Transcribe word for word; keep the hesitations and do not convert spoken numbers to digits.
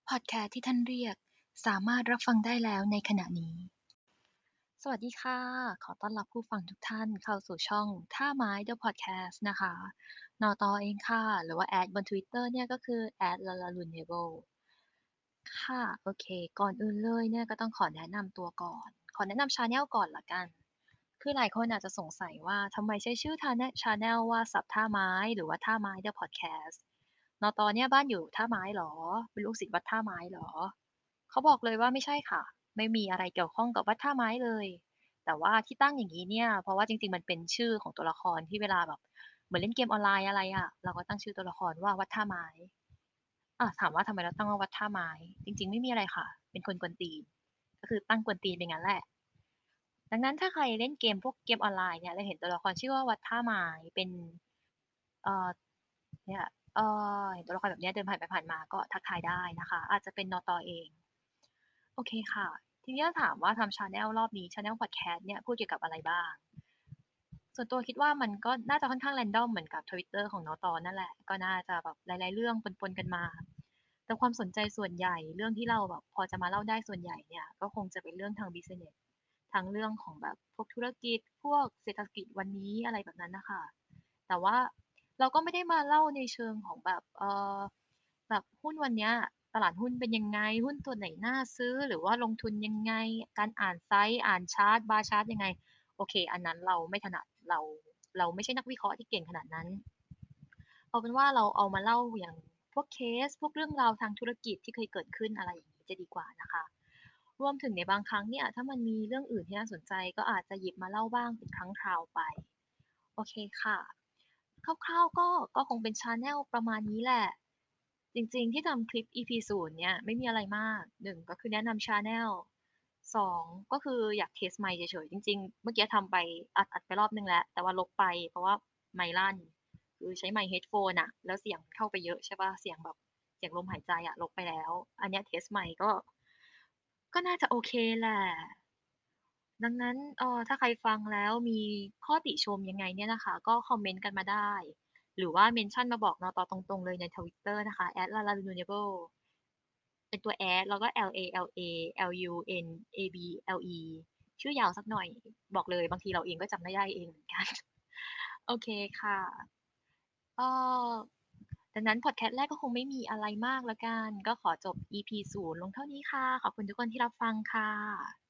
พอดแคสต์ที่ท่านเรียกสามารถรับฟังได้แล้วในขณะนี้ สวัสดีค่ะ ขอต้อนรับผู้ฟังทุกท่านเข้าสู่ช่องท่าไม้ The Podcast นะคะ นอ ตอ เองค่ะ หรือว่าแอดบน Twitter เนี่ยก็คือ แอท ลาลารูเนเบิล ค่ะ โอเค ก่อนอื่นเลยเนี่ยก็ต้องขอแนะนำตัวก่อน ขอแนะนำ channel ก่อนแล้วกัน คือหลายคนอาจจะสงสัยว่าทำไมใช้ชื่อทาแนะ channel ว่าสับท่าไม้ หรือว่าท่าไม้ The Podcast นอ ตอ เนี่ยบ้านอยู่ท่าไม้เหรอ? เป็นลูกศิษย์วัดท่าไม้เหรอ? เขาบอกเลยว่าไม่ใช่ค่ะ ไม่มีอะไรเกี่ยวข้องกับวัดท่าไม้เลย แต่ว่าที่ตั้งอย่างงี้เนี่ย เพราะว่าจริง ๆ มันเป็นชื่อของตัวละครที่เวลาแบบเหมือนเล่นเกมออนไลน์อะไรอะ เราก็ตั้งชื่อตัวละครว่าวัดท่าไม้ อา ถามว่าทำไมเราตั้งว่าวัดท่าไม้ จริง ๆ ไม่มีอะไรค่ะ เป็นคนกวนตีน ก็คือตั้งกวนตีนไปงั้นแหละ ดังนั้นถ้าใครเล่นเกมพวกเกมออนไลน์เนี่ย แล้วเห็นตัวละครชื่อว่าวัดท่าไม้เป็น เอ่อ เนี่ย เอ่อ เห็นตัวละครแบบเนี้ยเดินผ่านไปผ่านมาก็ทักทายได้นะคะ อาจจะเป็น นอ ตอ เอง โอเคค่ะ ทีนี้ถ้าถามว่าทำ channel รอบนี้ channel podcast เนี่ยพูดเกี่ยวกับอะไรบ้าง ส่วนตัวคิดว่ามันก็น่าจะค่อนข้าง random เหมือนกับ Twitter ของ นอ ตอ นั่นแหละ ก็น่าจะแบบหลาย ๆ เรื่องปน ๆ กันมา แต่ความสนใจส่วนใหญ่ เรื่องที่เราแบบพอจะมาเล่าได้ส่วนใหญ่เนี่ย ก็คงจะเป็นเรื่องทาง บิซิเนส ทั้งเรื่องของแบบพวกธุรกิจ พวกเศรษฐกิจวันนี้ อะไรแบบนั้นน่ะค่ะ แต่ว่าเราก็ไม่ได้มาเล่าในเชิงของแบบ เอ่อ แบบหุ้นวันเนี้ยตลาดหุ้นเป็นยังไง หุ้นตัวไหนน่าซื้อ หรือว่าลงทุนยังไง การอ่านไซต์ อ่านชาร์ต บาร์ชาร์ตยังไง โอเค อันนั้นเราไม่ถนัด เรา เราไม่ใช่นักวิเคราะห์ที่เก่งขนาดนั้น เอาเป็นว่าเราเอามาเล่าอย่างพวกเคส พวกเรื่องราวทางธุรกิจที่เคยเกิดขึ้น อะไรอย่างงี้จะดีกว่านะคะ รวมถึงในบางครั้งเนี่ย ถ้ามันมีเรื่องอื่นที่น่าสนใจ ก็อาจจะหยิบมาเล่าบ้างเป็นครั้งคราวไป โอเคค่ะ คร่าว ๆ ก็ ก็คงเป็น channel ประมาณนี้แหละ จริง ๆ ที่ทำคลิป อี พี ศูนย์ เนี่ยไม่มีอะไรมาก หนึ่ง ก็คือแนะนำ channel สอง ก็คืออยากเทสต์ไมค์เฉย ๆ จริง ๆ เมื่อกี้ทำไป อัด อัดไปรอบหนึ่งแล้ว แต่ว่าลบไป เพราะว่าไมค์ลั่น คือใช้ไมค์ headphone อะ แล้วเสียงเข้าไปเยอะใช่เปล่า เสียงแบบเสียงลมหายใจอะ ลบไปแล้ว อันเนี้ยเทสต์ไมค์ก็ ก็น่าจะโอเคแหละ ดังนั้น เอ่อ ถ้าใครฟังแล้วมีข้อติชมยังไงเนี่ยนะคะ ก็คอมเมนต์กันมาได้ หรือว่าเมนชันมาบอก นอ ตอ ตรง ๆ เลยใน Twitter นะคะ แอท ลาลารูเนเบิล เป็นตัว แอด แล้วก็ แอล เอ แอล เอ แอล ยู เอ็น เอ บี แอล อี ชื่อยาวสักหน่อย บอกเลยบางทีเราเองก็จำไม่ได้เองเหมือน กัน โอเคค่ะ เอ่อ ดังนั้นพอดแคสต์แรกก็คงไม่มีอะไรมากแล้วกัน ก็ขอจบ อี พี ศูนย์ ลงเท่านี้ค่ะ ขอบคุณทุกคนที่รับฟังค่ะ